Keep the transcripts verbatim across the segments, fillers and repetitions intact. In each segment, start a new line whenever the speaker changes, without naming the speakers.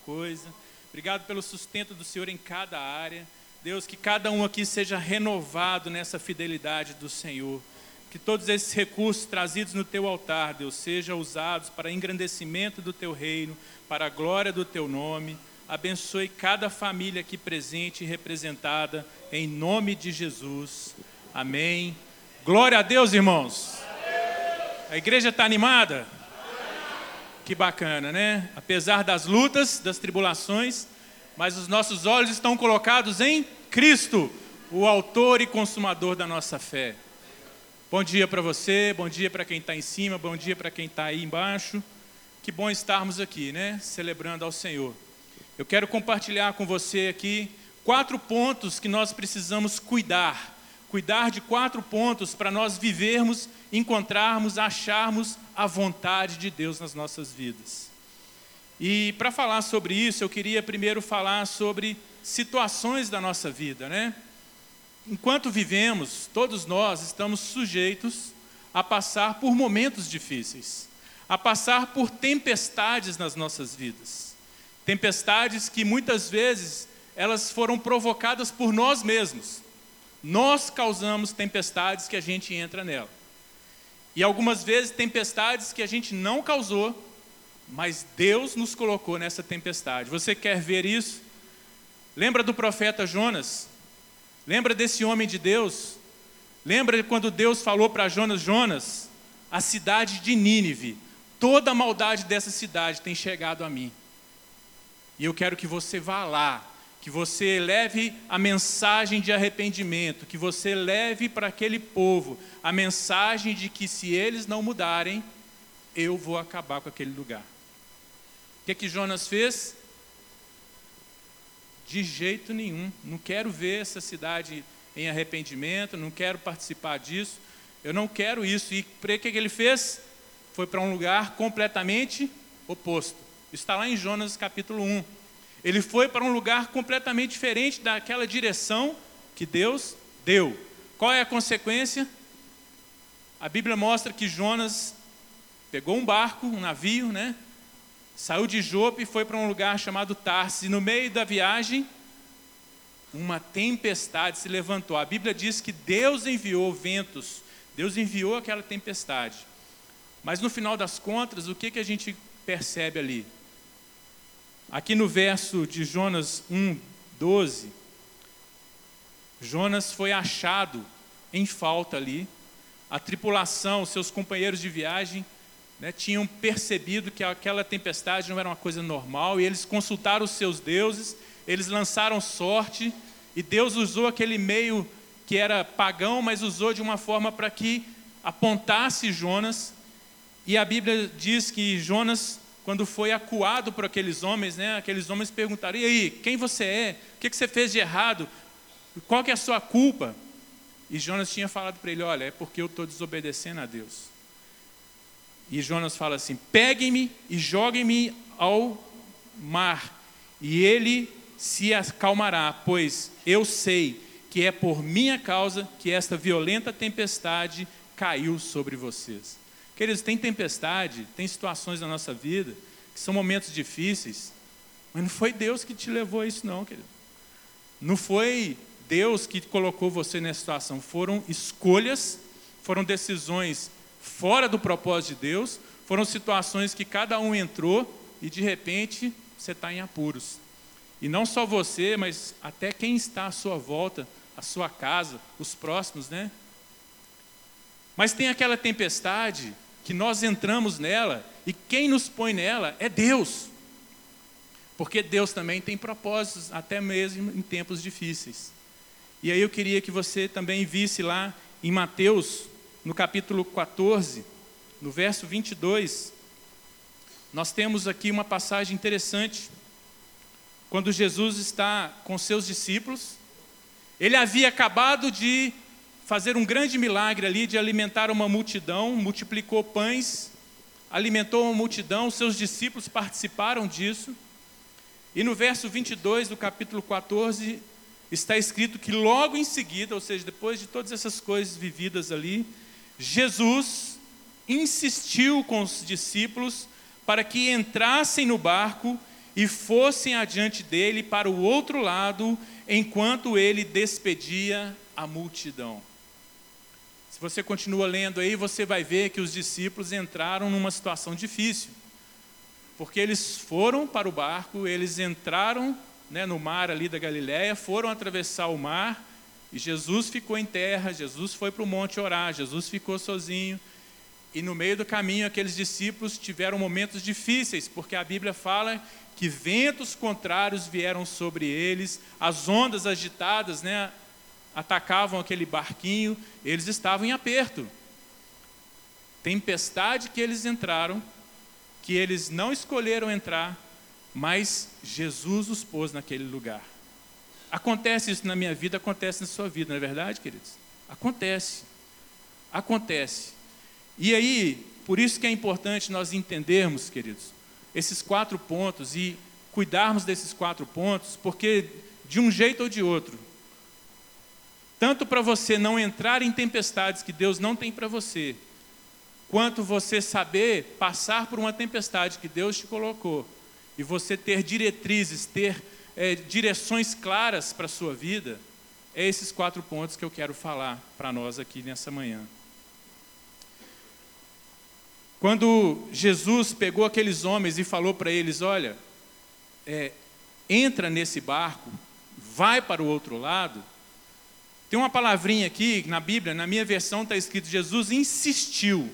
coisa. Obrigado pelo sustento do Senhor em cada área. Deus, que cada um aqui seja renovado nessa fidelidade do Senhor. Que todos esses recursos trazidos no Teu altar, Deus, sejam usados para engrandecimento do Teu reino, para a glória do Teu nome. Abençoe cada família aqui presente e representada, em nome de Jesus. Amém. Glória a Deus, irmãos. A igreja está animada? Que bacana, né? Apesar das lutas, das tribulações, mas os nossos olhos estão colocados em Cristo, o autor e consumador da nossa fé. Bom dia para você, bom dia para quem está em cima, bom dia para quem está aí embaixo. Que bom estarmos aqui, né? Celebrando ao Senhor. Eu quero compartilhar com você aqui quatro pontos que nós precisamos cuidar. Cuidar de quatro pontos para nós vivermos, encontrarmos, acharmos a vontade de Deus nas nossas vidas. E para falar sobre isso, eu queria primeiro falar sobre situações da nossa vida, né? Enquanto vivemos, todos nós estamos sujeitos a passar por momentos difíceis, a passar por tempestades nas nossas vidas. Tempestades que muitas vezes elas foram provocadas por nós mesmos. Nós causamos tempestades que a gente entra nela. E algumas vezes tempestades que a gente não causou, mas Deus nos colocou nessa tempestade. Você quer ver isso? Lembra do profeta Jonas? Lembra desse homem de Deus? Lembra quando Deus falou para Jonas, Jonas, a cidade de Nínive, toda a maldade dessa cidade tem chegado a mim. E eu quero que você vá lá, que você leve a mensagem de arrependimento, que você leve para aquele povo a mensagem de que se eles não mudarem, eu vou acabar com aquele lugar. O que que Jonas fez? De jeito nenhum, não quero ver essa cidade em arrependimento, não quero participar disso, eu não quero isso. E o que que ele fez? Foi para um lugar completamente oposto. Está lá em Jonas capítulo um. Ele foi para um lugar completamente diferente daquela direção que Deus deu. Qual é a consequência? A Bíblia mostra que Jonas pegou um barco, um navio, né? Saiu de Jope e foi para um lugar chamado Tarsis. E no meio da viagem, uma tempestade se levantou. A Bíblia diz que Deus enviou ventos, Deus enviou aquela tempestade. Mas no final das contas, o que que a gente percebe ali? Aqui no verso de Jonas um, doze, Jonas foi achado em falta ali. A tripulação, seus companheiros de viagem, né, tinham percebido que aquela tempestade não era uma coisa normal, e eles consultaram os seus deuses, eles lançaram sorte, e Deus usou aquele meio que era pagão, mas usou de uma forma para que apontasse Jonas. E a Bíblia diz que Jonas, quando foi acuado por aqueles homens, né, aqueles homens perguntaram, e aí, quem você é? O que que você fez de errado? Qual que é a sua culpa? E Jonas tinha falado para ele, olha, é porque eu estou desobedecendo a Deus. E Jonas fala assim, peguem-me e joguem-me ao mar, e ele se acalmará, pois eu sei que é por minha causa que esta violenta tempestade caiu sobre vocês. Queridos, tem tempestade, tem situações na nossa vida que são momentos difíceis, mas não foi Deus que te levou a isso não, querido. Não foi Deus que colocou você nessa situação, foram escolhas, foram decisões fora do propósito de Deus, foram situações que cada um entrou e de repente você está em apuros. E não só você, mas até quem está à sua volta, a sua casa, os próximos, né? Mas tem aquela tempestade que nós entramos nela e quem nos põe nela é Deus. Porque Deus também tem propósitos, até mesmo em tempos difíceis. E aí eu queria que você também visse lá em Mateus, no capítulo quatorze, no verso vinte e dois, nós temos aqui uma passagem interessante. Quando Jesus está com seus discípulos, ele havia acabado de fazer um grande milagre ali, de alimentar uma multidão, multiplicou pães, alimentou uma multidão, seus discípulos participaram disso. E no verso vinte e dois do capítulo quatorze, está escrito que logo em seguida, ou seja, depois de todas essas coisas vividas ali, Jesus insistiu com os discípulos para que entrassem no barco e fossem adiante dele para o outro lado, enquanto ele despedia a multidão. Se você continua lendo aí, você vai ver que os discípulos entraram numa situação difícil, porque eles foram para o barco, eles entraram, né, no mar ali da Galileia, foram atravessar o mar, e Jesus ficou em terra, Jesus foi para o monte orar, Jesus ficou sozinho, e no meio do caminho aqueles discípulos tiveram momentos difíceis, porque a Bíblia fala que ventos contrários vieram sobre eles, as ondas agitadas, né, atacavam aquele barquinho, eles estavam em aperto. Tempestade que eles entraram, que eles não escolheram entrar, mas Jesus os pôs naquele lugar. Acontece isso na minha vida, acontece na sua vida, não é verdade, queridos? Acontece. Acontece. E aí, por isso que é importante nós entendermos, queridos, esses quatro pontos e cuidarmos desses quatro pontos, porque de um jeito ou de outro, tanto para você não entrar em tempestades que Deus não tem para você, quanto você saber passar por uma tempestade que Deus te colocou, e você ter diretrizes, ter é, direções claras para a sua vida, é esses quatro pontos que eu quero falar para nós aqui nessa manhã. Quando Jesus pegou aqueles homens e falou para eles, olha, é, entra nesse barco, vai para o outro lado, tem uma palavrinha aqui na Bíblia, na minha versão está escrito, Jesus insistiu.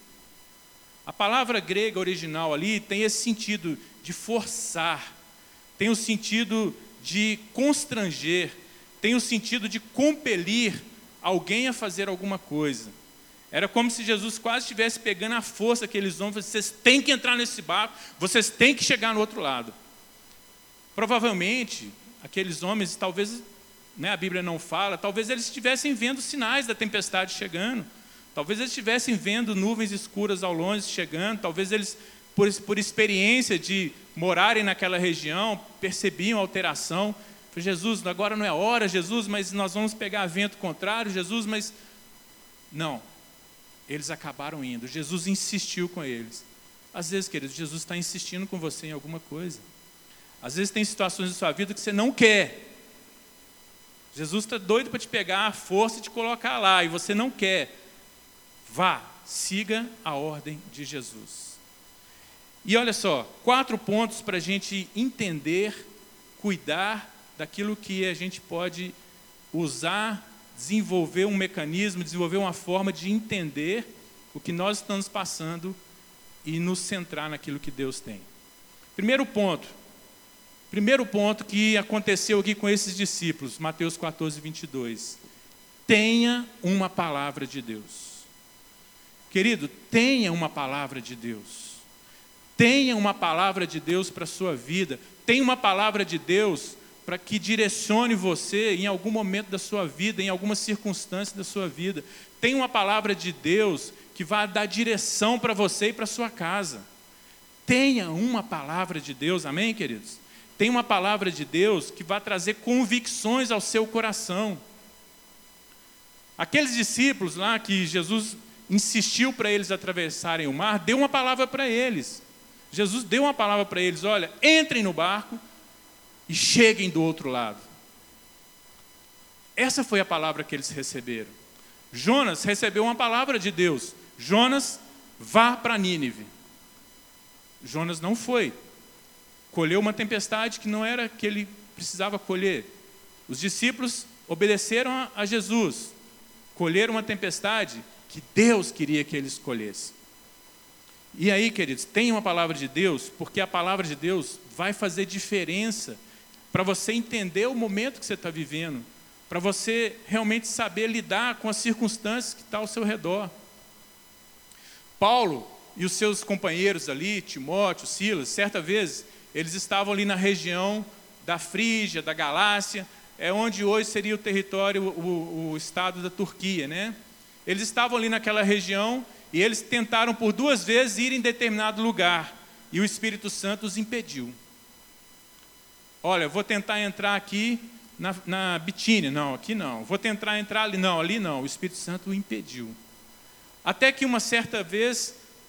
A palavra grega original ali tem esse sentido de forçar, tem o sentido de constranger, tem o sentido de compelir alguém a fazer alguma coisa. Era como se Jesus quase estivesse pegando a força aqueles homens, vocês têm que entrar nesse barco, vocês têm que chegar no outro lado. Provavelmente, aqueles homens, talvez, né, a Bíblia não fala, talvez eles estivessem vendo sinais da tempestade chegando, talvez eles estivessem vendo nuvens escuras ao longe chegando, talvez eles, por, por experiência de morarem naquela região, percebiam a alteração. Jesus, agora não é hora, Jesus, mas nós vamos pegar vento contrário, Jesus, mas... Não, eles acabaram indo, Jesus insistiu com eles. Às vezes, queridos, Jesus está insistindo com você em alguma coisa. Às vezes tem situações na sua vida que você não quer. Jesus está doido para te pegar a força e te colocar lá, e você não quer. Vá, siga a ordem de Jesus. E olha só, quatro pontos para a gente entender, cuidar daquilo que a gente pode usar, desenvolver um mecanismo, desenvolver uma forma de entender o que nós estamos passando e nos centrar naquilo que Deus tem. Primeiro ponto, primeiro ponto que aconteceu aqui com esses discípulos, Mateus quatorze, vinte e dois. Tenha uma palavra de Deus. Querido, tenha uma palavra de Deus. Tenha uma palavra de Deus para a sua vida. Tenha uma palavra de Deus para que direcione você em algum momento da sua vida, em alguma circunstância da sua vida. Tenha uma palavra de Deus que vai dar direção para você e para a sua casa. Tenha uma palavra de Deus, amém, queridos? Tenha uma palavra de Deus que vai trazer convicções ao seu coração. Aqueles discípulos lá que Jesus insistiu para eles atravessarem o mar, deu uma palavra para eles. Jesus deu uma palavra para eles, olha, entrem no barco e cheguem do outro lado. Essa foi a palavra que eles receberam. Jonas recebeu uma palavra de Deus. Jonas, vá para Nínive. Jonas não foi. Colheu uma tempestade que não era que ele precisava colher. Os discípulos obedeceram a Jesus. Colheram uma tempestade que Deus queria que eles colhessem. E aí, queridos, tenha uma palavra de Deus, porque a palavra de Deus vai fazer diferença para você entender o momento que você está vivendo, para você realmente saber lidar com as circunstâncias que estão ao seu redor. Paulo e os seus companheiros ali, Timóteo, Silas, certa vez, eles estavam ali na região da Frígia, da Galácia, é onde hoje seria o território, o, o estado da Turquia, né? Eles estavam ali naquela região e eles tentaram por duas vezes ir em determinado lugar e o Espírito Santo os impediu. Olha, vou tentar entrar aqui na, na Bitínia, não, aqui não. Vou tentar entrar ali, não, ali não. O Espírito Santo o impediu. Até que uma certa vez,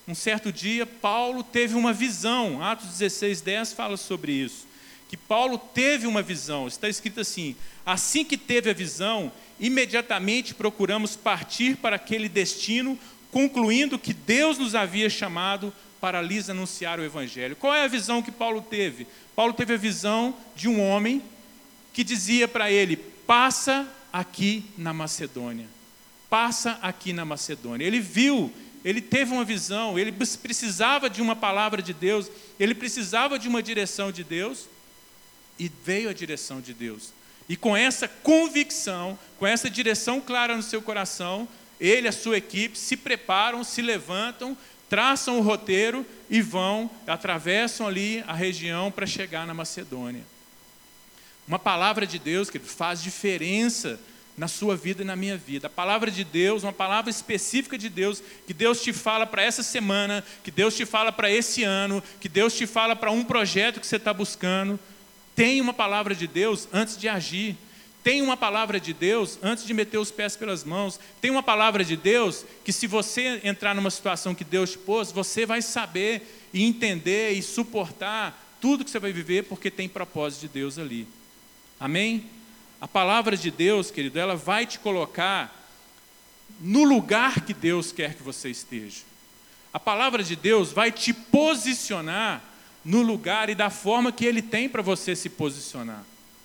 um certo dia, Paulo teve uma visão. Atos dezesseis, dez fala sobre isso. Que Paulo teve uma visão. Está escrito assim: assim que teve a visão, imediatamente procuramos partir para aquele destino, concluindo que Deus nos havia chamado para lhes anunciar o Evangelho. Qual é a visão que Paulo teve? Paulo teve a visão de um homem que dizia para ele: passa aqui na Macedônia. Passa aqui na Macedônia. Ele viu, ele teve uma visão, ele precisava de uma palavra de Deus, ele precisava de uma direção de Deus, e veio a direção de Deus. E com essa convicção, com essa direção clara no seu coração, ele e a sua equipe se preparam, se levantam, traçam o roteiro e vão, atravessam ali a região para chegar na Macedônia. Uma palavra de Deus que faz diferença na sua vida e na minha vida. A palavra de Deus, uma palavra específica de Deus, que Deus te fala para essa semana, que Deus te fala para esse ano, que Deus te fala para um projeto que você está buscando. Tem uma palavra de Deus antes de agir. Tem uma palavra de Deus antes de meter os pés pelas mãos. Tem uma palavra de Deus que, se você entrar numa situação que Deus te pôs, você vai saber e entender e suportar tudo que você vai viver, porque tem propósito de Deus ali. Amém? A palavra de Deus, querido, ela vai te colocar no lugar que Deus quer que você esteja. A palavra de Deus vai te posicionar no lugar e da forma que Ele tem para você se posicionar.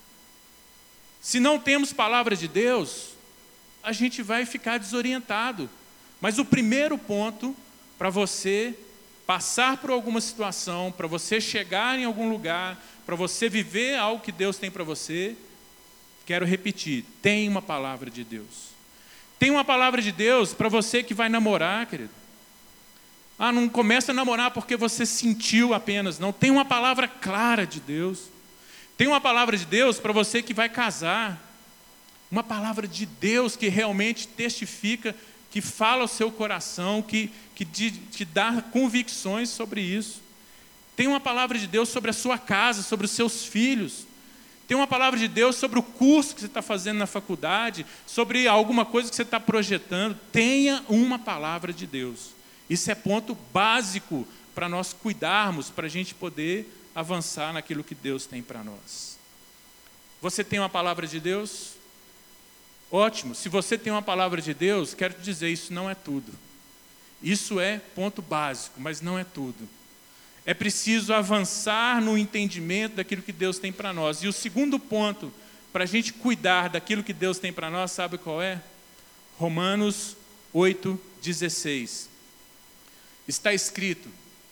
Se não temos palavra de Deus, a gente vai ficar desorientado. Mas o primeiro ponto para você passar por alguma situação, para você chegar em algum lugar, para você viver algo que Deus tem para você, quero repetir, tem uma palavra de Deus. Tem uma palavra de Deus para você que vai namorar, querido. Ah, não começa a namorar porque você sentiu apenas, não. Tem uma palavra clara de Deus. Tem uma palavra de Deus para você que vai casar. Uma palavra de Deus que realmente testifica, que fala ao seu coração, que, que te, te dá convicções sobre isso. Tem uma palavra de Deus sobre a sua casa, sobre os seus filhos. Tem uma palavra de Deus sobre o curso que você está fazendo na faculdade, sobre alguma coisa que você está projetando. Tenha uma palavra de Deus. Isso é ponto básico para nós cuidarmos, para a gente poder avançar naquilo que Deus tem para nós. Você tem uma palavra de Deus? Ótimo. Se você tem uma palavra de Deus, quero te dizer, isso não é tudo. Isso é ponto básico, mas não é tudo. É preciso avançar no entendimento daquilo que Deus tem para nós. E o segundo ponto, para a gente cuidar daquilo que Deus tem para nós, sabe qual é? Romanos oito, dezesseis. Está escrito: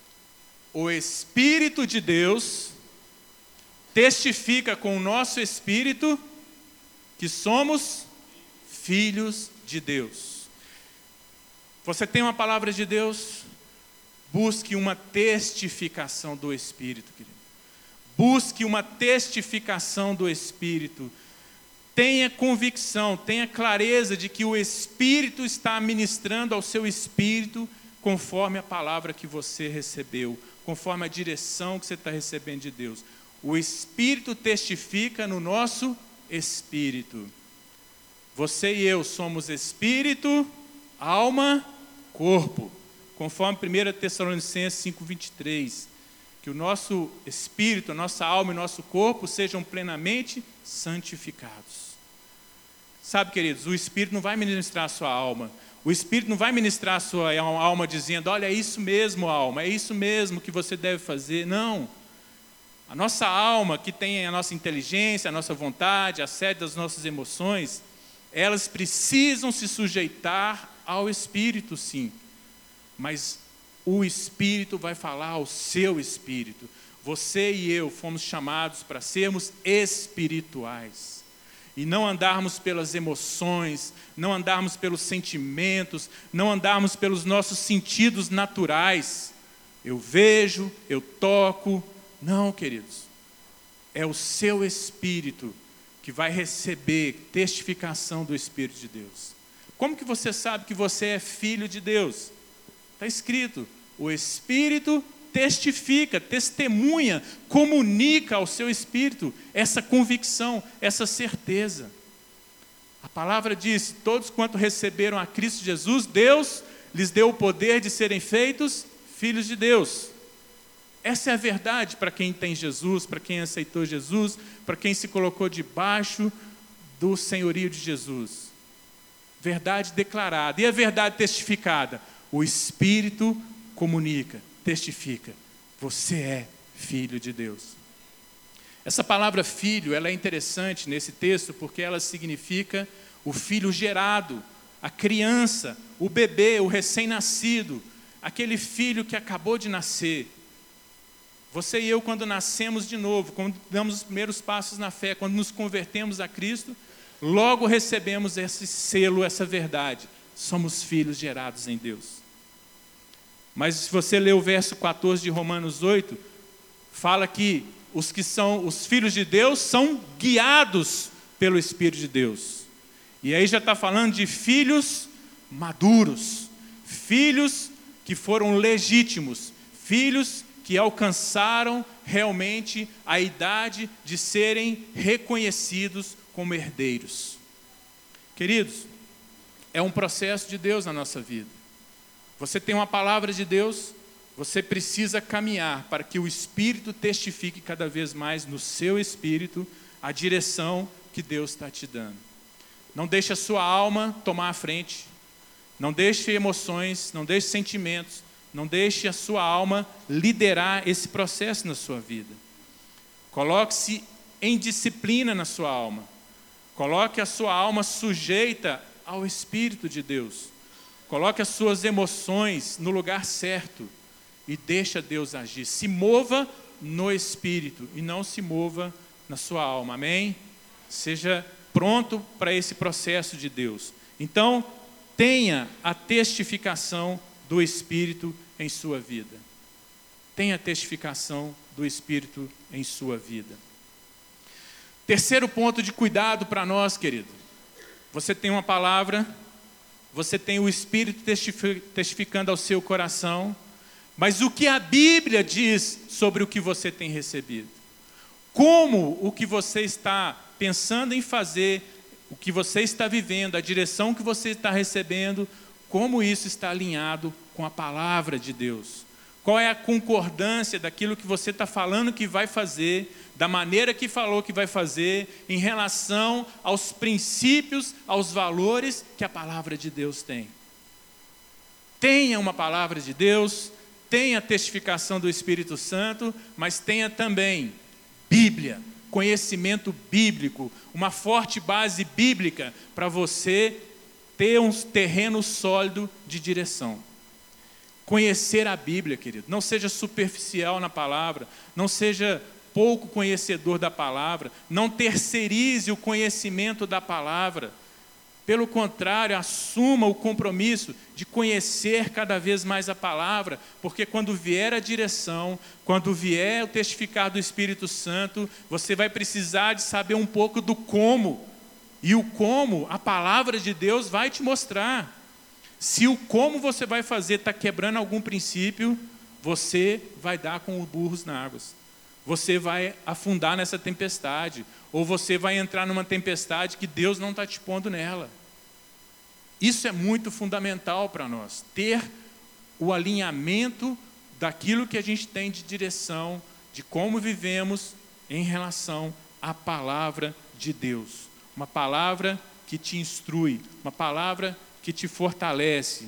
o Espírito de Deus testifica com o nosso espírito que somos filhos de Deus. Você tem uma palavra de Deus? Busque uma testificação do Espírito, querido. Busque uma testificação do Espírito. Tenha convicção, tenha clareza de que o Espírito está ministrando ao seu espírito conforme a palavra que você recebeu, conforme a direção que você está recebendo de Deus. O Espírito testifica no nosso espírito. Você e eu somos espírito, alma, corpo. Conforme primeira Tessalonicenses cinco, vinte e três. Que o nosso espírito, a nossa alma e o nosso corpo sejam plenamente santificados. Sabe, queridos, o Espírito não vai ministrar a sua alma. O Espírito não vai ministrar a sua alma dizendo: olha, é isso mesmo, alma, é isso mesmo que você deve fazer. Não. A nossa alma, que tem a nossa inteligência, a nossa vontade, a sede das nossas emoções, elas precisam se sujeitar ao Espírito, sim. Mas o Espírito vai falar ao seu espírito. Você e eu fomos chamados para sermos espirituais. E não andarmos pelas emoções, não andarmos pelos sentimentos, não andarmos pelos nossos sentidos naturais. Eu vejo, eu toco. Não, queridos. É o seu espírito que vai receber testificação do Espírito de Deus. Como que você sabe que você é filho de Deus? Está escrito: o Espírito testifica, testemunha, comunica ao seu espírito essa convicção, essa certeza. A palavra diz: todos quanto receberam a Cristo Jesus, Deus lhes deu o poder de serem feitos filhos de Deus. Essa é a verdade para quem tem Jesus, para quem aceitou Jesus, para quem se colocou debaixo do senhorio de Jesus. Verdade declarada. E a verdade testificada? O Espírito comunica, testifica. Você é filho de Deus. Essa palavra filho, ela é interessante nesse texto porque ela significa o filho gerado, a criança, o bebê, o recém-nascido, aquele filho que acabou de nascer. Você e eu, quando nascemos de novo, quando damos os primeiros passos na fé, quando nos convertemos a Cristo, logo recebemos esse selo, essa verdade. Somos filhos gerados em Deus. Mas se você ler o verso quatorze de Romanos oito, fala que os que são os filhos de Deus são guiados pelo Espírito de Deus. E aí já está falando de filhos maduros, filhos que foram legítimos, filhos que alcançaram realmente a idade de serem reconhecidos como herdeiros. Queridos, é um processo de Deus na nossa vida. Você tem uma palavra de Deus, você precisa caminhar para que o Espírito testifique cada vez mais no seu espírito a direção que Deus está te dando. Não deixe a sua alma tomar a frente, não deixe emoções, não deixe sentimentos, não deixe a sua alma liderar esse processo na sua vida. Coloque-se em disciplina na sua alma. Coloque a sua alma sujeita ao Espírito de Deus. Coloque as suas emoções no lugar certo e deixa Deus agir. Se mova no Espírito e não se mova na sua alma. Amém? Seja pronto para esse processo de Deus. Então, tenha a testificação do Espírito em sua vida. Tenha a testificação do Espírito em sua vida. Terceiro ponto de cuidado para nós, querido. Você tem uma palavra, você tem o Espírito testificando ao seu coração, mas o que a Bíblia diz sobre o que você tem recebido? Como o que você está pensando em fazer, o que você está vivendo, a direção que você está recebendo, como isso está alinhado com a palavra de Deus? Qual é a concordância daquilo que você está falando que vai fazer, da maneira que falou que vai fazer, em relação aos princípios, aos valores que a palavra de Deus tem? Tenha uma palavra de Deus, tenha a testificação do Espírito Santo, mas tenha também Bíblia, conhecimento bíblico, uma forte base bíblica para você ter um terreno sólido de direção. Conhecer a Bíblia, querido. Não seja superficial na palavra, não seja pouco conhecedor da palavra, não terceirize o conhecimento da palavra. Pelo contrário, assuma o compromisso de conhecer cada vez mais a palavra, porque quando vier a direção, quando vier o testificar do Espírito Santo, você vai precisar de saber um pouco do como. E o como a palavra de Deus vai te mostrar. Se o como você vai fazer está quebrando algum princípio, você vai dar com os burros nas águas. Você vai afundar nessa tempestade, ou você vai entrar numa tempestade que Deus não está te pondo nela. Isso é muito fundamental para nós, ter o alinhamento daquilo que a gente tem de direção, de como vivemos em relação à palavra de Deus. Uma palavra que te instrui, uma palavra que te fortalece.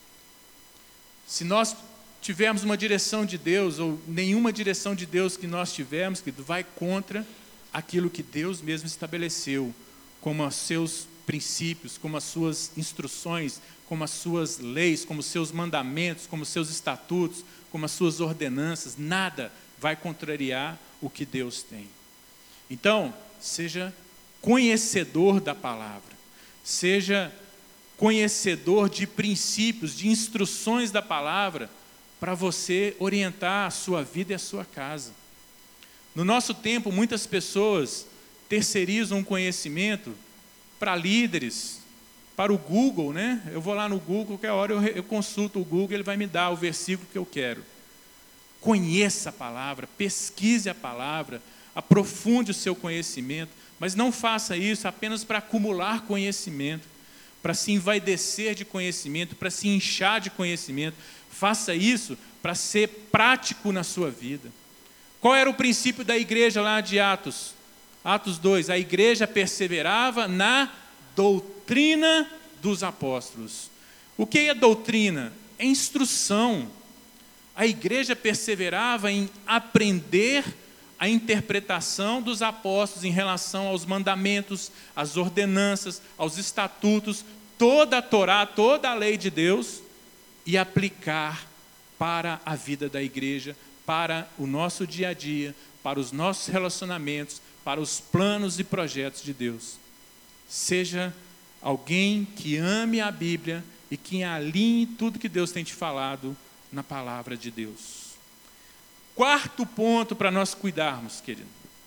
Se nós tivermos uma direção de Deus, ou nenhuma direção de Deus que nós tivermos, que vai contra aquilo que Deus mesmo estabeleceu, como os seus princípios, como as suas instruções, como as suas leis, como os seus mandamentos, como os seus estatutos, como as suas ordenanças, nada vai contrariar o que Deus tem. Então, seja conhecedor da palavra, seja conhecedor de princípios, de instruções da palavra, para você orientar a sua vida e a sua casa. No nosso tempo, muitas pessoas terceirizam o conhecimento para líderes, para o Google, né? Eu vou lá no Google, qualquer hora eu, eu consulto o Google, ele vai me dar o versículo que eu quero. Conheça a palavra, pesquise a palavra, aprofunde o seu conhecimento, mas não faça isso apenas para acumular conhecimento, para se envaidecer de conhecimento, para se inchar de conhecimento. Faça isso para ser prático na sua vida. Qual era o princípio da igreja lá de Atos? Atos dois, a igreja perseverava na doutrina dos apóstolos. O que é doutrina? É instrução. A igreja perseverava em aprender a interpretação dos apóstolos em relação aos mandamentos, às ordenanças, aos estatutos, toda a Torá, toda a lei de Deus, e aplicar para a vida da igreja, para o nosso dia a dia, para os nossos relacionamentos, para os planos e projetos de Deus. Seja alguém que ame a Bíblia e que alinhe tudo que Deus tem te falado na palavra de Deus. Quarto ponto para nós cuidarmos, querido.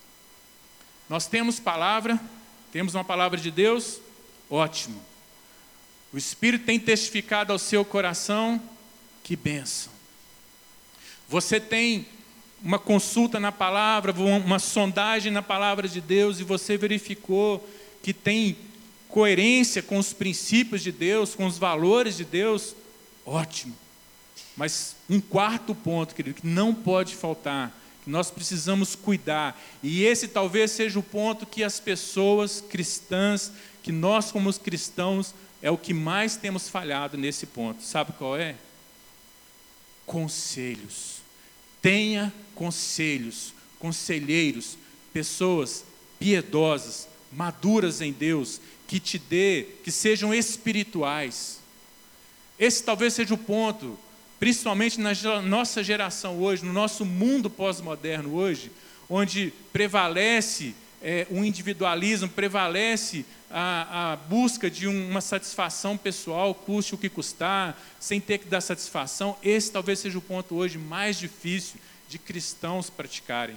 Nós temos palavra, temos uma palavra de Deus, ótimo. O Espírito tem testificado ao seu coração, que bênção. Você tem uma consulta na palavra, uma sondagem na palavra de Deus, e você verificou que tem coerência com os princípios de Deus, com os valores de Deus, ótimo. Mas um quarto ponto, querido, que não pode faltar, que nós precisamos cuidar, e esse talvez seja o ponto que as pessoas cristãs, que nós como cristãos, é o que mais temos falhado nesse ponto. Sabe qual é? Conselhos. Tenha conselhos, conselheiros, pessoas piedosas, maduras em Deus, que te dê, que sejam espirituais. Esse talvez seja o ponto, principalmente na nossa geração hoje, no nosso mundo pós-moderno hoje, onde prevalece é, o individualismo, prevalece a, a busca de uma satisfação pessoal, custe o que custar, sem ter que dar satisfação. Esse talvez seja o ponto hoje mais difícil de cristãos praticarem.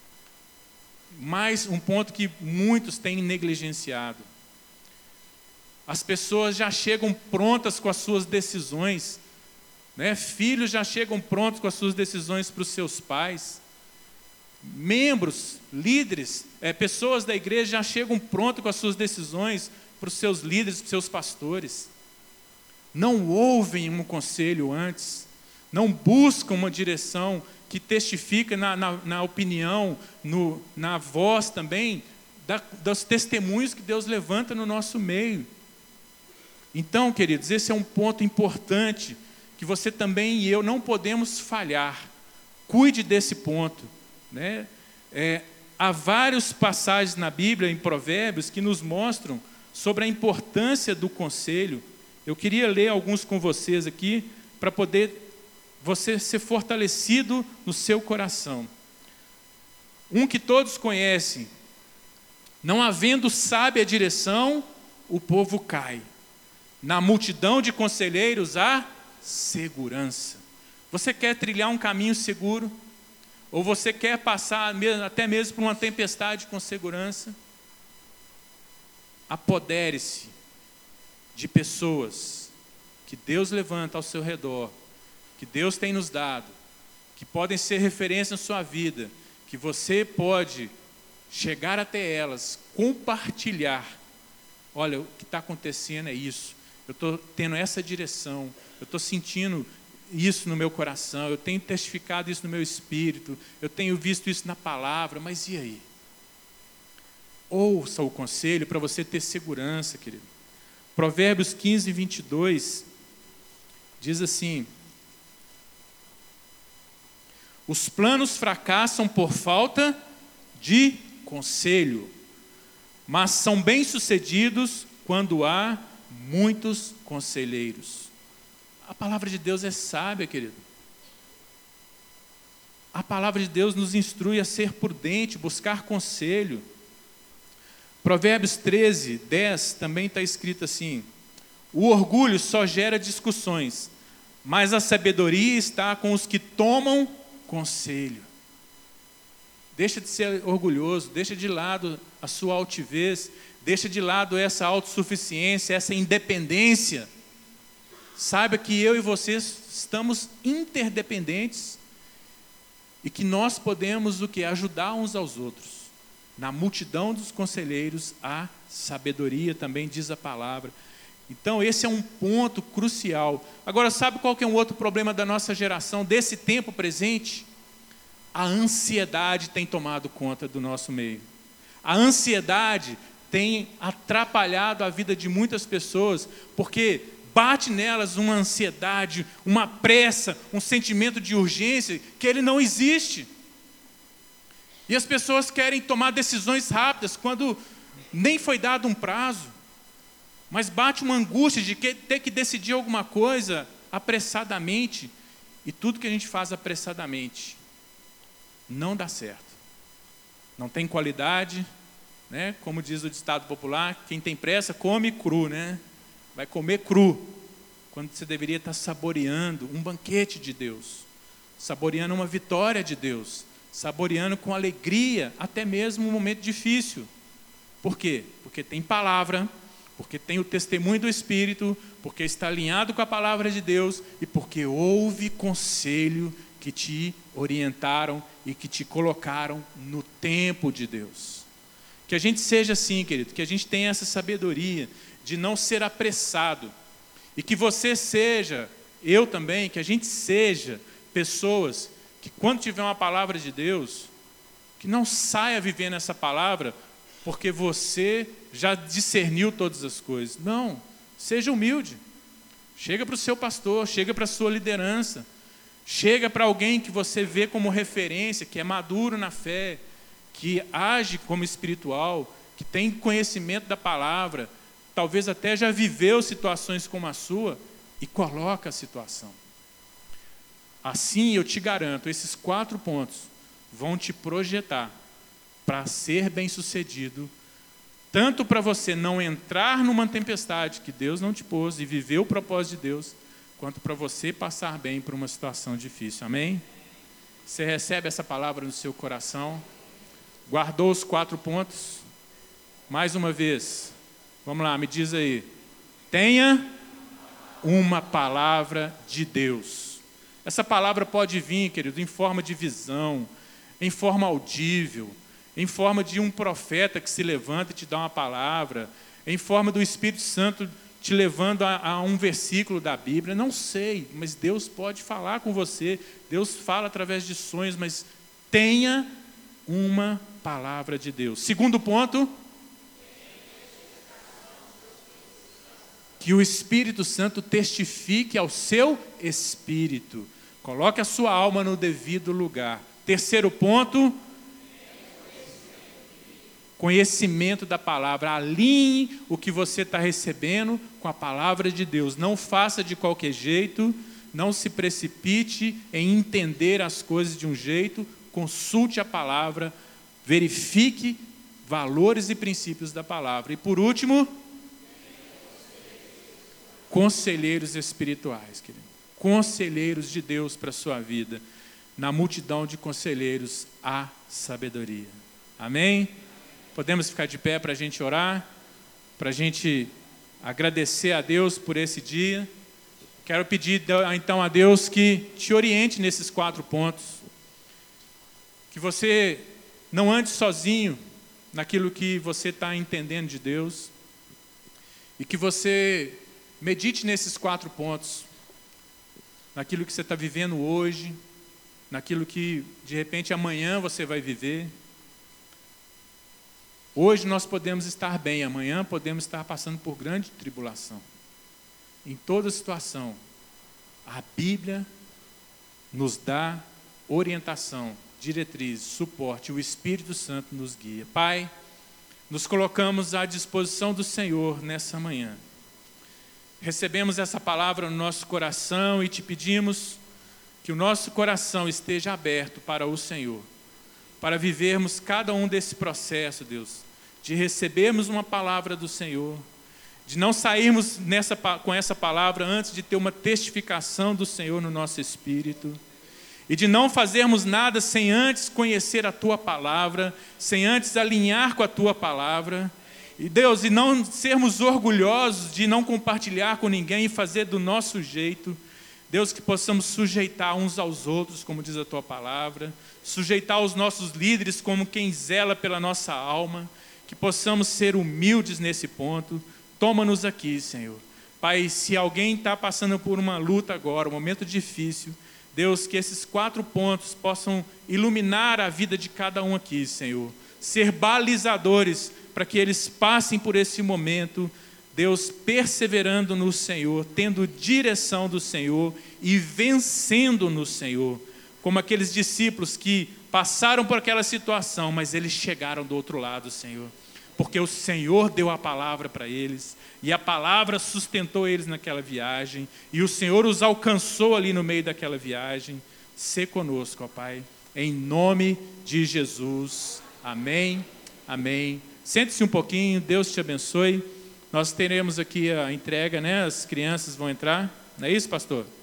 Mais um ponto que muitos têm negligenciado. As pessoas já chegam prontas com as suas decisões, né? Filhos já chegam prontos com as suas decisões para os seus pais. Membros, líderes, é, pessoas da igreja já chegam prontos com as suas decisões para os seus líderes, para os seus pastores. Não ouvem um conselho antes, não buscam uma direção que testifica na, na, na opinião, no, na voz também, da, dos testemunhos que Deus levanta no nosso meio. Então, queridos, esse é um ponto importante, que você também e eu não podemos falhar. Cuide desse ponto, né? É, há várias passagens na Bíblia, em Provérbios, que nos mostram sobre a importância do conselho. Eu queria ler alguns com vocês aqui, para poder você ser fortalecido no seu coração. Um que todos conhecem: não havendo sábia direção, o povo cai. Na multidão de conselheiros há segurança. Você quer trilhar um caminho seguro? Ou você quer passar até mesmo por uma tempestade com segurança? Apodere-se de pessoas que Deus levanta ao seu redor, que Deus tem nos dado, que podem ser referência na sua vida, que você pode chegar até elas, compartilhar. Olha, o que está acontecendo é isso. Eu estou tendo essa direção, eu estou sentindo isso no meu coração, eu tenho testificado isso no meu espírito, eu tenho visto isso na palavra, mas e aí? Ouça o conselho para você ter segurança, querido. Provérbios quinze, vinte e dois, diz assim: os planos fracassam por falta de conselho, mas são bem-sucedidos quando há muitos conselheiros. A palavra de Deus é sábia, querido. A palavra de Deus nos instrui a ser prudente, buscar conselho. Provérbios treze, dez, também está escrito assim: o orgulho só gera discussões, mas a sabedoria está com os que tomam conselho. Deixa de ser orgulhoso, deixa de lado a sua altivez, deixa de lado essa autossuficiência, essa independência. Saiba que eu e vocês estamos interdependentes e que nós podemos o que? Ajudar uns aos outros. Na multidão dos conselheiros há sabedoria, também diz a palavra. Então, esse é um ponto crucial. Agora, sabe qual que é um outro problema da nossa geração, desse tempo presente? A ansiedade tem tomado conta do nosso meio. A ansiedade tem atrapalhado a vida de muitas pessoas, porque bate nelas uma ansiedade, uma pressa, um sentimento de urgência que ele não existe. E as pessoas querem tomar decisões rápidas, quando nem foi dado um prazo. Mas bate uma angústia de que, ter que decidir alguma coisa apressadamente. E tudo que a gente faz apressadamente não dá certo. Não tem qualidade, né? Como diz o ditado popular, quem tem pressa come cru, né? Vai comer cru, quando você deveria estar saboreando um banquete de Deus, saboreando uma vitória de Deus, saboreando com alegria, até mesmo um momento difícil. Por quê? Porque tem palavra, porque tem o testemunho do Espírito, porque está alinhado com a palavra de Deus e porque houve conselho que te orientaram e que te colocaram no tempo de Deus. Que a gente seja assim, querido, que a gente tenha essa sabedoria de não ser apressado e que você seja, eu também, que a gente seja pessoas que quando tiver uma palavra de Deus, que não saia vivendo essa palavra porque você já discerniu todas as coisas. Não, seja humilde. Chega para o seu pastor, chega para a sua liderança, chega para alguém que você vê como referência, que é maduro na fé, que age como espiritual, que tem conhecimento da palavra, talvez até já viveu situações como a sua, e coloca a situação. Assim, eu te garanto, esses quatro pontos vão te projetar para ser bem-sucedido, tanto para você não entrar numa tempestade que Deus não te pôs e viver o propósito de Deus, quanto para você passar bem por uma situação difícil. Amém? Você recebe essa palavra no seu coração? Guardou os quatro pontos? Mais uma vez, vamos lá, me diz aí. Tenha uma palavra de Deus. Essa palavra pode vir, querido, em forma de visão, em forma audível, em forma de um profeta que se levanta e te dá uma palavra, em forma do Espírito Santo te levando a, a um versículo da Bíblia. Não sei, mas Deus pode falar com você. Deus fala através de sonhos, mas tenha uma palavra de Deus. Segundo ponto, que o Espírito Santo testifique ao seu espírito. Coloque a sua alma no devido lugar. Terceiro ponto, conhecimento da palavra. Alinhe o que você está recebendo com a palavra de Deus. Não faça de qualquer jeito, não se precipite em entender as coisas de um jeito. Consulte a palavra, verifique valores e princípios da palavra. E por último, conselheiros espirituais, querido. Conselheiros de Deus para a sua vida. Na multidão de conselheiros há sabedoria. Amém? Podemos ficar de pé para a gente orar, para a gente agradecer a Deus por esse dia. Quero pedir então a Deus que te oriente nesses quatro pontos. Que você não ande sozinho naquilo que você está entendendo de Deus. E que você medite nesses quatro pontos. Naquilo que você está vivendo hoje, naquilo que de repente amanhã você vai viver. Hoje nós podemos estar bem, amanhã podemos estar passando por grande tribulação. Em toda situação, a Bíblia nos dá orientação, diretriz, suporte, o Espírito Santo nos guia. Pai, nos colocamos à disposição do Senhor nessa manhã. Recebemos essa palavra no nosso coração e te pedimos que o nosso coração esteja aberto para o Senhor, para vivermos cada um desse processo, Deus, de recebermos uma palavra do Senhor, de não sairmos nessa, com essa palavra antes de ter uma testificação do Senhor no nosso espírito, e de não fazermos nada sem antes conhecer a Tua palavra, sem antes alinhar com a Tua palavra, e Deus, e não sermos orgulhosos de não compartilhar com ninguém e fazer do nosso jeito. Deus, que possamos sujeitar uns aos outros, como diz a Tua palavra, sujeitar os nossos líderes como quem zela pela nossa alma, que possamos ser humildes nesse ponto. Toma-nos aqui, Senhor. Pai, se alguém está passando por uma luta agora, um momento difícil, Deus, que esses quatro pontos possam iluminar a vida de cada um aqui, Senhor. Ser balizadores para que eles passem por esse momento, Deus, perseverando no Senhor, tendo direção do Senhor e vencendo no Senhor. Como aqueles discípulos que passaram por aquela situação, mas eles chegaram do outro lado, Senhor. Porque o Senhor deu a palavra para eles, e a palavra sustentou eles naquela viagem, e o Senhor os alcançou ali no meio daquela viagem. Sê conosco, ó Pai, em nome de Jesus. Amém, amém. Sente-se um pouquinho, Deus te abençoe. Nós teremos aqui a entrega, né? As crianças vão entrar. Não é isso, pastor?